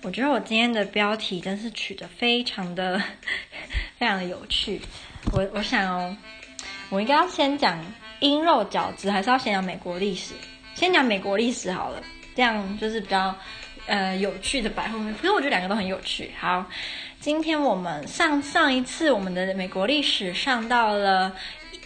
我觉得我今天的标题真是取得非常的非常的有趣。我想我应该要先讲鹰肉饺子，还是要先讲美国历史？先讲美国历史好了，这样就是比较有趣的摆后面。可是我觉得两个都很有趣。好，今天我们上一次我们的美国历史上到了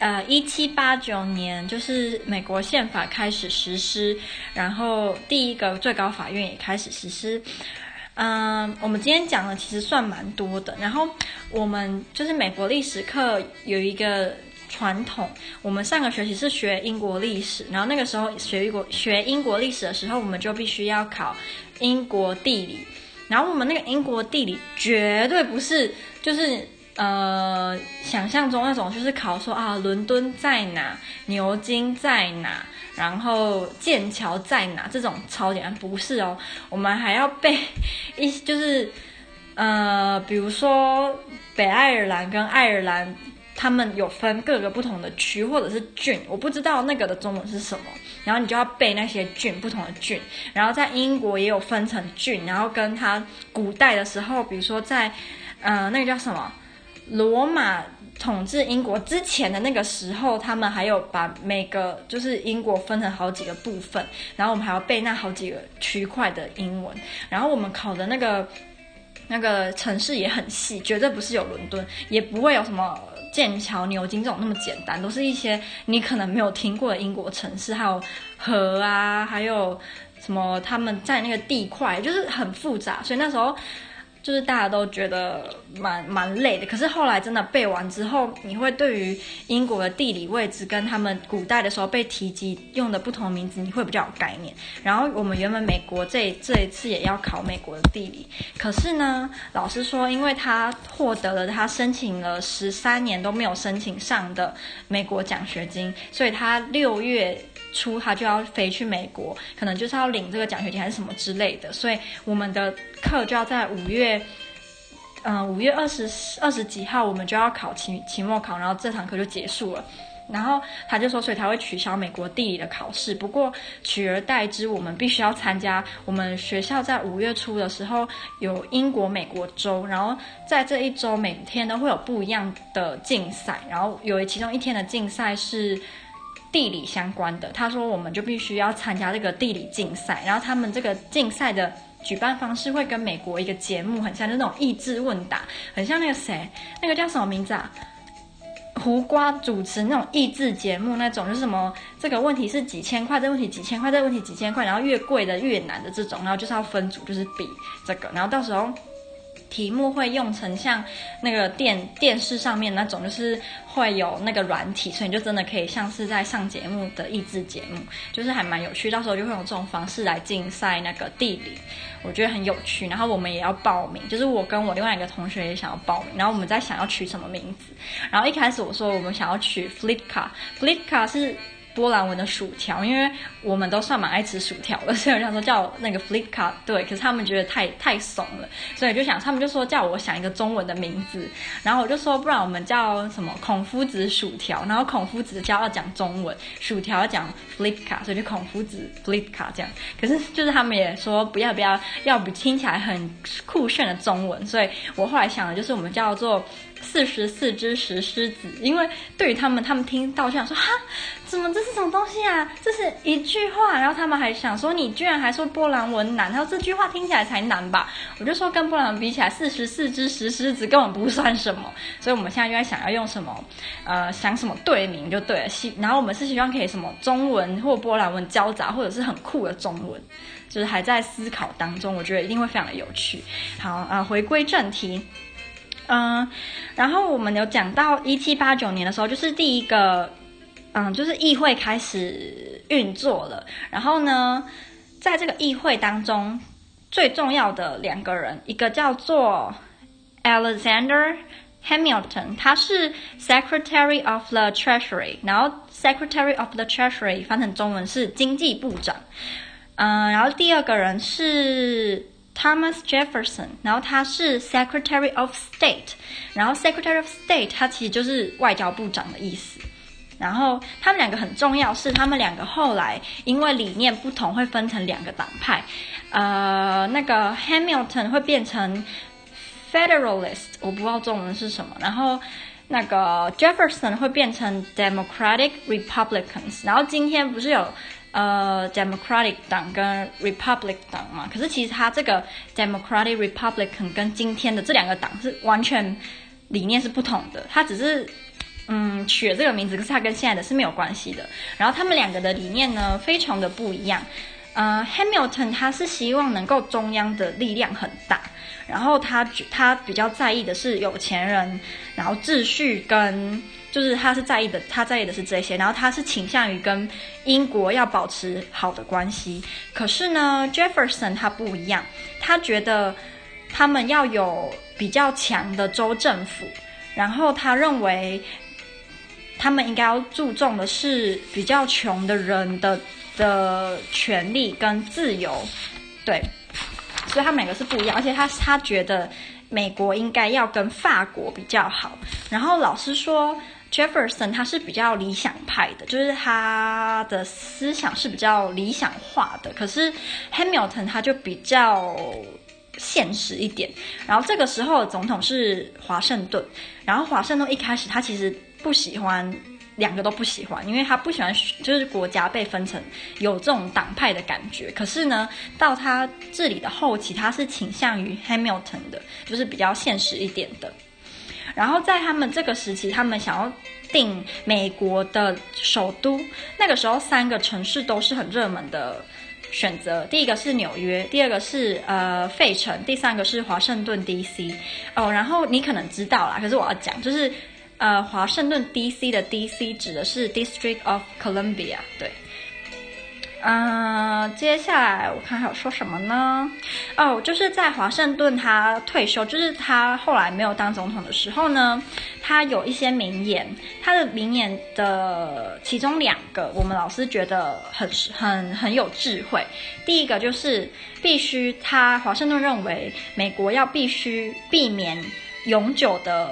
1789年，就是美国宪法开始实施，然后第一个最高法院也开始实施。我们今天讲的其实算蛮多的，然后我们就是美国历史课有一个传统，我们上个学期是学英国历史，然后那个时候学英国历史的时候，我们就必须要考英国地理，然后我们那个英国地理绝对不是就是想象中那种就是考说伦敦在哪，牛津在哪，然后剑桥在哪，这种超简单，不是哦，我们还要背就是比如说北爱尔兰跟爱尔兰他们有分各个不同的区或者是郡，我不知道那个的中文是什么，然后你就要背那些郡，不同的郡。然后在英国也有分成郡，然后跟他古代的时候，比如说在那个叫什么罗马统治英国之前的那个时候，他们还有把每个就是英国分成好几个部分，然后我们还要背那好几个区块的英文。然后我们考的那个城市也很细，绝对不是有伦敦，也不会有什么剑桥、牛津这种那么简单，都是一些你可能没有听过的英国城市，还有河啊，还有什么他们在那个地块，就是很复杂，所以那时候就是大家都觉得蛮累的。可是后来真的背完之后，你会对于英国的地理位置跟他们古代的时候被提及用的不同名字，你会比较有概念。然后我们原本美国这一次也要考美国的地理，可是呢，老师说，因为他获得了他申请了13年都没有申请上的美国奖学金，所以他6月初他就要飞去美国，可能就是要领这个奖学金还是什么之类的，所以我们的课就要在5月20几号我们就要考期末考，然后这堂课就结束了。然后他就说，所以他会取消美国地理的考试，不过取而代之，我们必须要参加我们学校在5月初的时候有英国美国周，然后在这一周每天都会有不一样的竞赛，然后有其中一天的竞赛是地理相关的，他说我们就必须要参加这个地理竞赛，然后他们这个竞赛的举办方式会跟美国一个节目很像，就是那种益智问答，很像那个谁，那个叫什么名字啊？胡瓜主持那种益智节目那种，就是什么这个问题是几千块，这个问题几千块，这个问题几千块，然后越贵的越难的这种，然后就是要分组，就是比这个，然后到时候题目会用成像那个电视上面那种，就是会有那个软体，所以你就真的可以像是在上节目的益智节目，就是还蛮有趣。到时候就会用这种方式来竞赛那个地理，我觉得很有趣。然后我们也要报名，就是我跟我另外一个同学也想要报名，然后我们在想要取什么名字。然后一开始我说我们想要取 Flitka 是波兰文的薯条，因为我们都算蛮爱吃薯条的，所以我想说叫那个 Flitka， 对，可是他们觉得太怂了，所以他们就说叫我想一个中文的名字，然后我就说不然我们叫什么孔夫子薯条，然后孔夫子要讲中文，薯条要讲 Flitka， 所以就孔夫子 Flitka 这样。可是就是他们也说不要听起来很酷炫的中文，所以我后来想的就是我们叫做44只石狮子，因为对于他们听到就想说哈，怎么这是什么东西啊？这是一句话，然后他们还想说你居然还说波兰文难，然后这句话听起来才难吧？我就说跟波兰文比起来，44只石狮子根本不算什么，所以我们现在就在想要用什么想什么队名就对了，然后我们是希望可以什么中文或波兰文交杂，或者是很酷的中文，就是还在思考当中，我觉得一定会非常的有趣。好回归正题。然后我们有讲到1789年的时候，就是第一个，就是议会开始运作了。然后呢，在这个议会当中，最重要的2个人，一个叫做 Alexander Hamilton， 他是 Secretary of the Treasury， 然后 Secretary of the Treasury 翻成中文是经济部长。然后第2个人是Thomas Jefferson， 然后他是 Secretary of State， 然后 Secretary of State 他其实就是外交部长的意思。 然后他们两个很重要是，他们两个后来因为理念不同，会分成两个党派。那个 Hamilton 会变成 Federalist， 我不知道中文是什么。然后那个 Jefferson 会变成 Democratic Republicans。然后今天不是有Democratic 党跟 Republic 党嘛？可是其实他这个 Democratic Republican 跟今天的这两个党是完全理念是不同的，他只是取了这个名字，可是它跟现在的是没有关系的。然后他们两个的理念呢，非常的不一样。Hamilton 他是希望能够中央的力量很大，然后他比较在意的是有钱人，然后秩序跟就是他在意的是这些，然后他是倾向于跟英国要保持好的关系。可是呢 Jefferson 他不一样，他觉得他们要有比较强的州政府，然后他认为他们应该要注重的是比较穷的人的权利跟自由，对，所以他们两个是不一样。而且他觉得美国应该要跟法国比较好。然后老师说 Jefferson 他是比较理想派的，就是他的思想是比较理想化的，可是 Hamilton 他就比较现实一点。然后这个时候的总统是华盛顿，然后华盛顿一开始他其实不喜欢，两个都不喜欢，因为他不喜欢就是国家被分成有这种党派的感觉。可是呢，到他治理的后期，他是倾向于 Hamilton 的，就是比较现实一点的。然后在他们这个时期，他们想要定美国的首都，那个时候3个城市都是很热门的选择。第一个是纽约，第二个是费城，第三个是华盛顿 DC。然后你可能知道啦，可是我要讲就是华盛顿 DC 的 DC 指的是 District of Columbia， 对。接下来我看还有说什么呢？就是在华盛顿他退休，就是他后来没有当总统的时候呢，他有一些名言。他的名言的其中2个，我们老师觉得很有智慧。第一个就是华盛顿认为美国必须避免永久的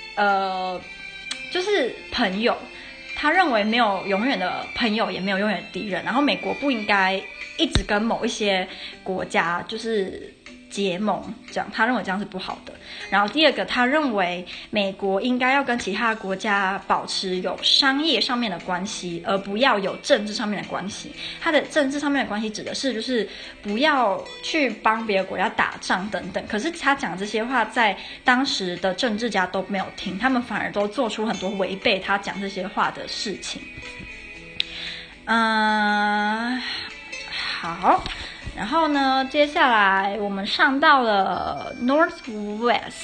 就是朋友。他认为没有永远的朋友，也没有永远的敌人，然后美国不应该一直跟某一些国家就是结盟，这样他认为这样是不好的。然后第二个，他认为美国应该要跟其他国家保持有商业上面的关系，而不要有政治上面的关系。他的政治上面的关系指的是就是不要去帮别的国家打仗等等。可是他讲这些话，在当时的政治家都没有听，他们反而都做出很多违背他讲这些话的事情。好。然后呢，接下来我们上到了 Northwest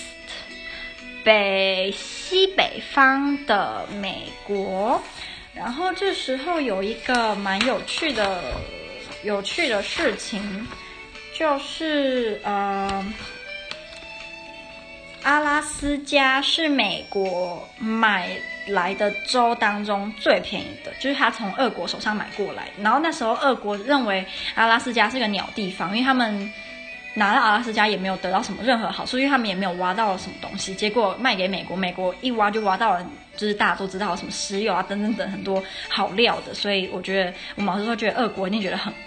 西北方的美国。然后这时候有一个蛮有趣的事情，就是阿拉斯加是美国买来的州当中最便宜的，就是他从俄国手上买过来。然后那时候俄国认为阿拉斯加是个鸟地方，因为他们拿到阿拉斯加也没有得到什么任何好处，因为他们也没有挖到什么东西。结果卖给美国，美国一挖就挖到了，就是大家都知道什么石油啊等等等很多好料的。所以我觉得我们老师会觉得俄国一定觉得很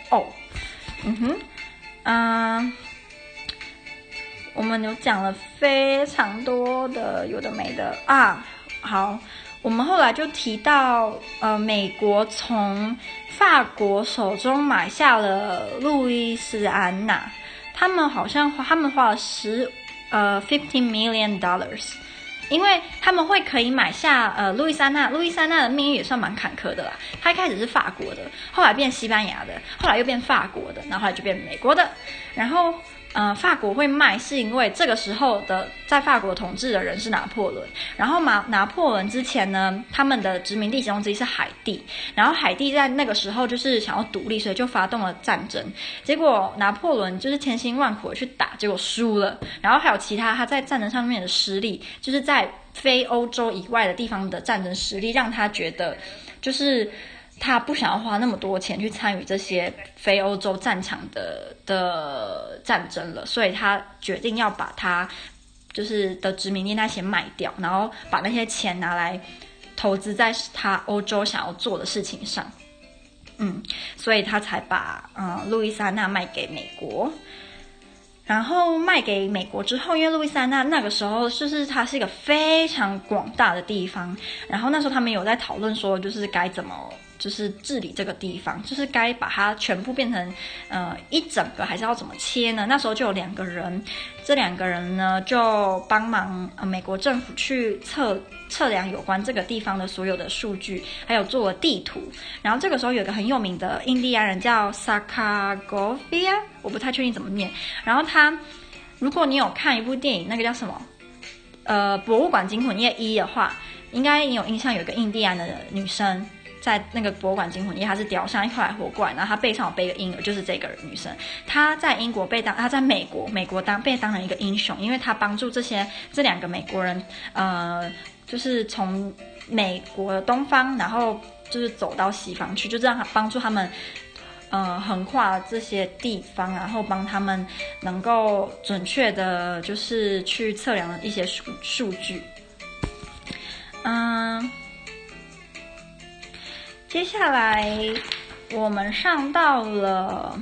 我们有讲了非常多的有的没的好，我们后来就提到美国从法国手中买下了路易斯安那，他们花了$50 million， 因为他们可以买下路易斯安那的命运也算蛮坎坷的啦。他一开始是法国的，后来变西班牙的，后来又变法国的，然后后来就变美国的。然后法国会卖是因为这个时候的在法国统治的人是拿破仑，然后拿破仑之前呢，他们的殖民地其中之一是海地，然后海地在那个时候就是想要独立，所以就发动了战争。结果拿破仑就是千辛万苦的去打，结果输了。然后还有其他在战争上面的失利，就是在非欧洲以外的地方的战争失利，让他觉得就是他不想要花那么多钱去参与这些非欧洲战场的战争了，所以他决定要把他就是的殖民地那些卖掉，然后把那些钱拿来投资在他欧洲想要做的事情上。所以他才把路易斯安那卖给美国。然后卖给美国之后，因为路易斯安那那个时候就是它是一个非常广大的地方，然后那时候他们有在讨论说，就是该怎么就是治理这个地方，就是该把它全部变成一整个，还是要怎么切呢？那时候就有2个人，这2个人呢就帮忙美国政府去测量有关这个地方的所有的数据，还有做了地图。然后这个时候有一个很有名的印第安人叫 Sacagawea， 我不太确定怎么念。然后他，如果你有看一部电影，那个叫什么博物馆惊魂夜1的话，应该你有印象，有一个印第安的女生在那个博物馆惊魂夜，她是雕像，后来活过来，然后她背上有背个婴儿，就是这个女生。她在英国她在美国被当成一个英雄，因为她帮助这2个美国人，就是从美国的东方，然后就是走到西方去，就这样帮助他们横跨这些地方，然后帮他们能够准确的，就是去测量一些数据。接下来我们上到了，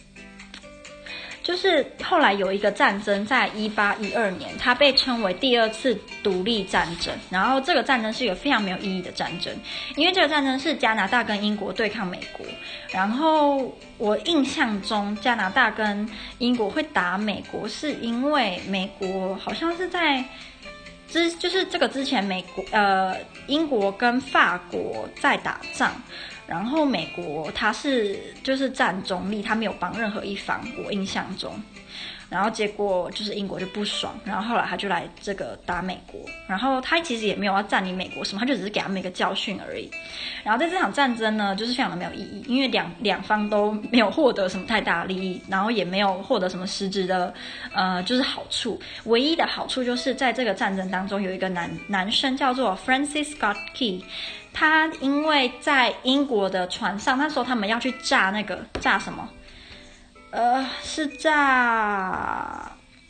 就是后来有一个战争，在1812年，它被称为第2次独立战争。然后这个战争是一个非常没有意义的战争，因为这个战争是加拿大跟英国对抗美国。然后我印象中，加拿大跟英国会打美国，是因为美国好像是在就是这个之前英国跟法国在打仗，然后美国它就是站中立，它没有帮任何一方，我印象中。然后结果就是英国就不爽，然后后来他就来这个打美国，然后他其实也没有要占领美国什么，他就只是给他们一个教训而已。然后在这场战争呢，就是非常的没有意义，因为两方都没有获得什么太大的利益，然后也没有获得什么实质的就是好处。唯一的好处就是在这个战争当中有一个男生叫做 Francis Scott Key， 他因为在英国的船上，那时候他们要去炸什么？是炸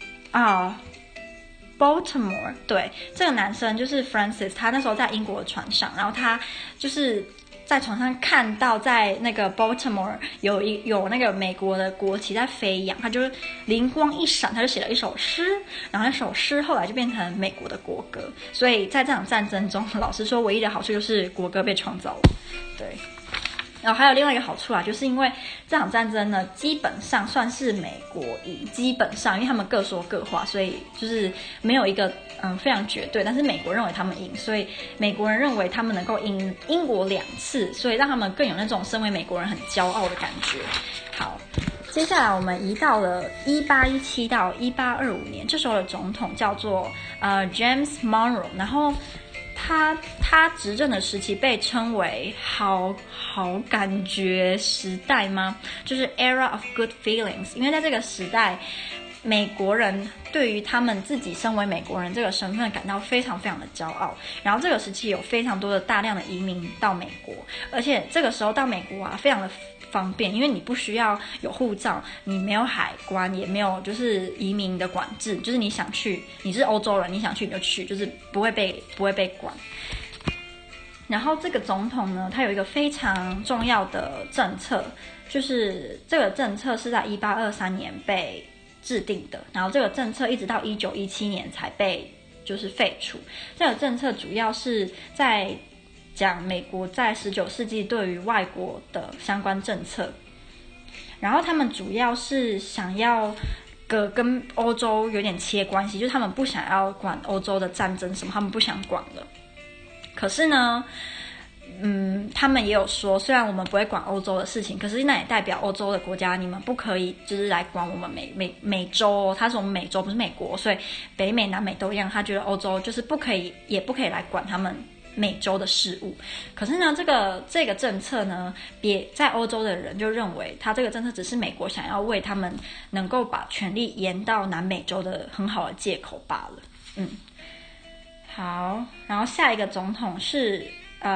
Baltimore。 对，这个男生就是 Francis， 他那时候在英国的船上，然后他就是在船上看到在那个 Baltimore 有那个美国的国旗在飞扬，他就灵光一闪，他就写了一首诗，然后那首诗后来就变成美国的国歌。所以在这场战争中，老实说，唯一的好处就是国歌被创造了。对。然后还有另外一个好处啊，就是因为这场战争呢，基本上算是美国赢，基本上因为他们各说各话，所以就是没有一个非常绝对，但是美国认为他们赢，所以美国人认为他们能够赢英国2次，所以让他们更有那种身为美国人很骄傲的感觉。好，接下来我们移到了1817到1825年，这时候的总统叫做James Monroe， 然后他执政的时期被称为好感觉时代吗？就是 Era of Good Feelings， 因为在这个时代，美国人对于他们自己身为美国人这个身份感到非常非常的骄傲。然后这个时期有非常多的大量的移民到美国，而且这个时候到美国啊非常的方便，因为你不需要有护照，你没有海关，也没有就是移民的管制，就是你想去，你是欧洲人，你想去你就去，就是不会被管。然后这个总统呢，他有一个非常重要的政策，就是这个政策是在1823年被制定的，然后这个政策一直到1917年才被就是废除。这个政策主要是在讲美国在19世纪对于外国的相关政策，然后他们主要是想要跟欧洲有点切关系，就是他们不想要管欧洲的战争什么，他们不想管了。可是呢，他们也有说，虽然我们不会管欧洲的事情，可是那也代表欧洲的国家，你们不可以就是来管我们美洲。他是我们美洲，不是美国，所以北美、南美都一样。他觉得欧洲就是不可以，也不可以来管他们美洲的事务。可是呢，这个政策呢，在欧洲的人就认为，他这个政策只是美国想要为他们能够把权力延到南美洲的很好的借口罢了。好，然后下一个总统是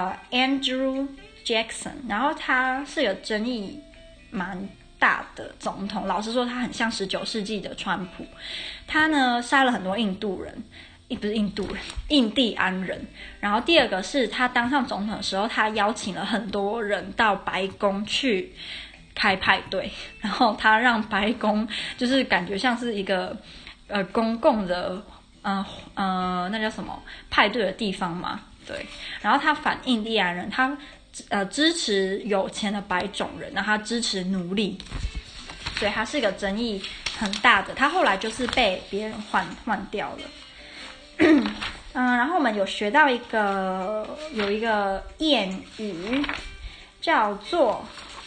Andrew Jackson， 然后他是有争议蛮大的总统，老实说他很像19世纪的川普。他呢杀了很多印度人， 不是印度人，印第安人。然后第二个是他当上总统的时候，他邀请了很多人到白宫去开派对，然后他让白宫就是感觉像是一个公共的那叫什么派对的地方嘛，对。然后他反印第安人，他支持有钱的白种人，然后他支持奴隶，所以他是一个争议很大的。他后来就是被别人换掉了。然后我们有学到有一个谚语叫做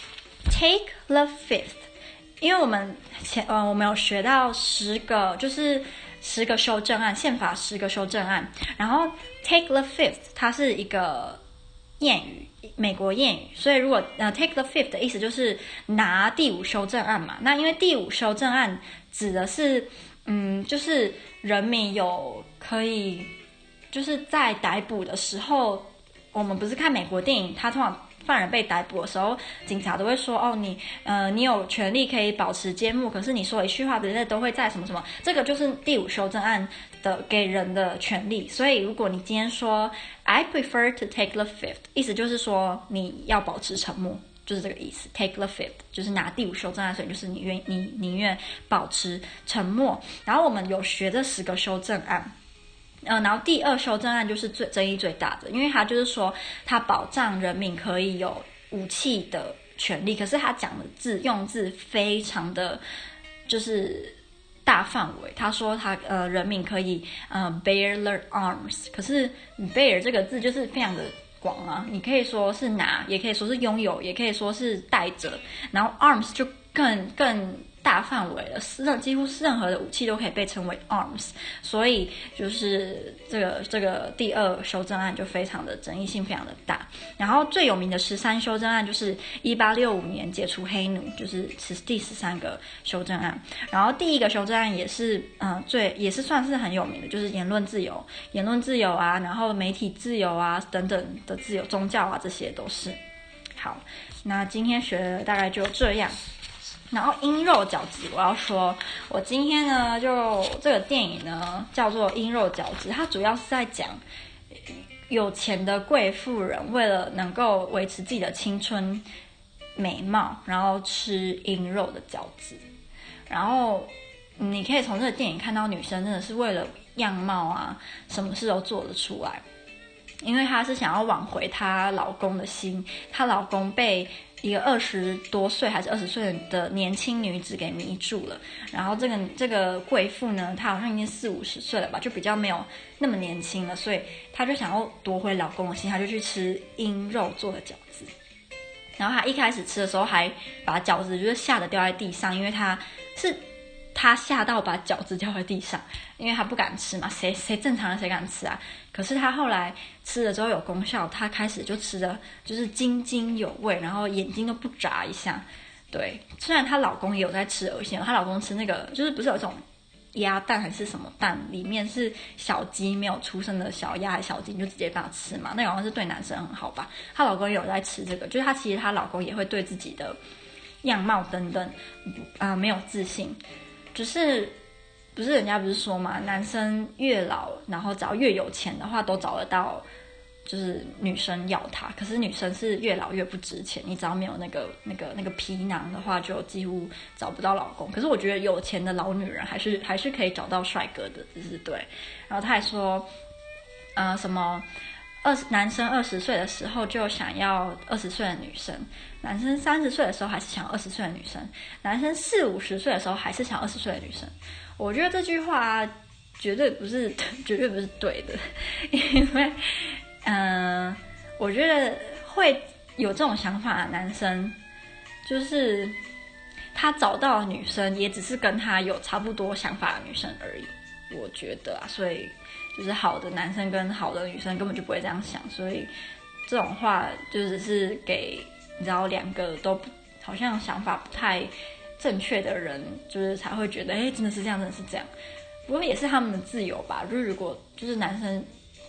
Take the Fifth， 因为我们有学到10个修正案，宪法10个修正案，然后 Take the Fifth 它是一个谚语，美国谚语，所以如果Take the Fifth 的意思就是拿第5修正案嘛。那因为第5修正案指的是就是人民有可以就是在逮捕的时候，我们不是看美国电影，他通常犯人被逮捕的时候，警察都会说你有权利可以保持缄默，可是你说一句话的人都会在什么什么，这个就是第5修正案的给人的权利。所以如果你今天说 I prefer to take the fifth， 意思就是说你要保持沉默，就是这个意思。 Take the fifth 就是拿第5修正案，所以就是你宁愿保持沉默。然后我们有学这10个修正案，然后第2修正案就是争议最大的，因为他就是说他保障人民可以有武器的权利，可是他讲的用字非常的就是大范围。他说他人民可以bear the arms， 可是 bear 这个字就是非常的广啊，你可以说是拿，也可以说是拥有，也可以说是带着，然后 arms 就更大范围了，几乎是任何的武器都可以被称为 arms， 所以就是这个第2修正案就非常的争议性非常的大。然后最有名的13修正案就是1865年解除黑奴，就是第13个修正案。然后第1个修正案也是也是算是很有名的，就是言论自由啊，然后媒体自由啊等等的自由，宗教啊这些都是。好，那今天学的大概就这样。然后鹰肉饺子，我要说，我今天呢就这个电影呢叫做《鹰肉饺子》，它主要是在讲有钱的贵妇人为了能够维持自己的青春美貌，然后吃鹰肉的饺子。然后你可以从这个电影看到女生真的是为了样貌啊，什么事都做得出来。因为她是想要挽回她老公的心，她老公被一个20多岁还是20岁的年轻女子给迷住了。然后这个贵妇呢，她好像已经40-50岁了吧，就比较没有那么年轻了，所以她就想要夺回老公的心，她就去吃鹰肉做的饺子。然后她一开始吃的时候还把饺子就是吓得掉在地上，因为她吓到把饺子掉在地上，因为她不敢吃嘛，谁正常人谁敢吃啊？可是她后来吃了之后有功效，她开始就吃的就是津津有味，然后眼睛都不眨一下。对，虽然她老公也有在吃鹅馅，她老公吃那个就是不是有一种鸭蛋还是什么蛋，里面是小鸡没有出生的小鸭还是小鸡，你就直接把它吃嘛，那好像是对男生很好吧。她老公也有在吃这个，就是其实她老公也会对自己的样貌等等没有自信。就是不是人家不是说嘛，男生越老然后只要越有钱的话都找得到就是女生要他，可是女生是越老越不值钱，你只要没有那个皮囊的话就几乎找不到老公。可是我觉得有钱的老女人还是可以找到帅哥的，就是对。然后他还说什么男生20岁的时候就想要20岁的女生，男生30岁的时候还是想要20岁的女生，男生40-50岁的时候还是想要20岁的女生。我觉得这句话绝对不是对的，因为我觉得会有这种想法的男生，就是他找到的女生也只是跟他有差不多想法的女生而已，我觉得啊。所以就是好的男生跟好的女生根本就不会这样想，所以这种话就只是给你知道2个都好像想法不太正确的人，就是才会觉得真的是这样，真的是这样。不过也是他们的自由吧，就是如果就是男生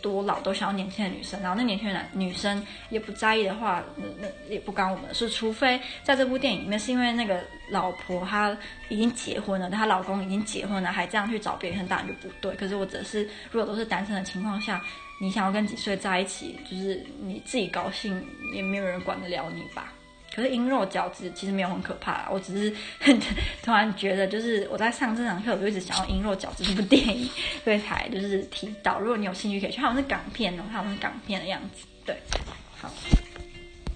多老都想要年轻的女生，然后那年轻的女生也不在意的话，那也不干我们的事。除非在这部电影里面是因为那个老婆她已经结婚了，她老公已经结婚了，还这样去找别人，当然就不对。可是我只是如果都是单身的情况下，你想要跟几岁在一起，就是你自己高兴，也没有人管得了你吧。可是鹰肉饺子其实没有很可怕啦，我只是突然觉得，就是我在上这堂课，我就一直想要鹰肉饺子这部电影，所以才就是提到，如果你有兴趣可以去，好像是港片哦，它好像是港片的样子，对，好。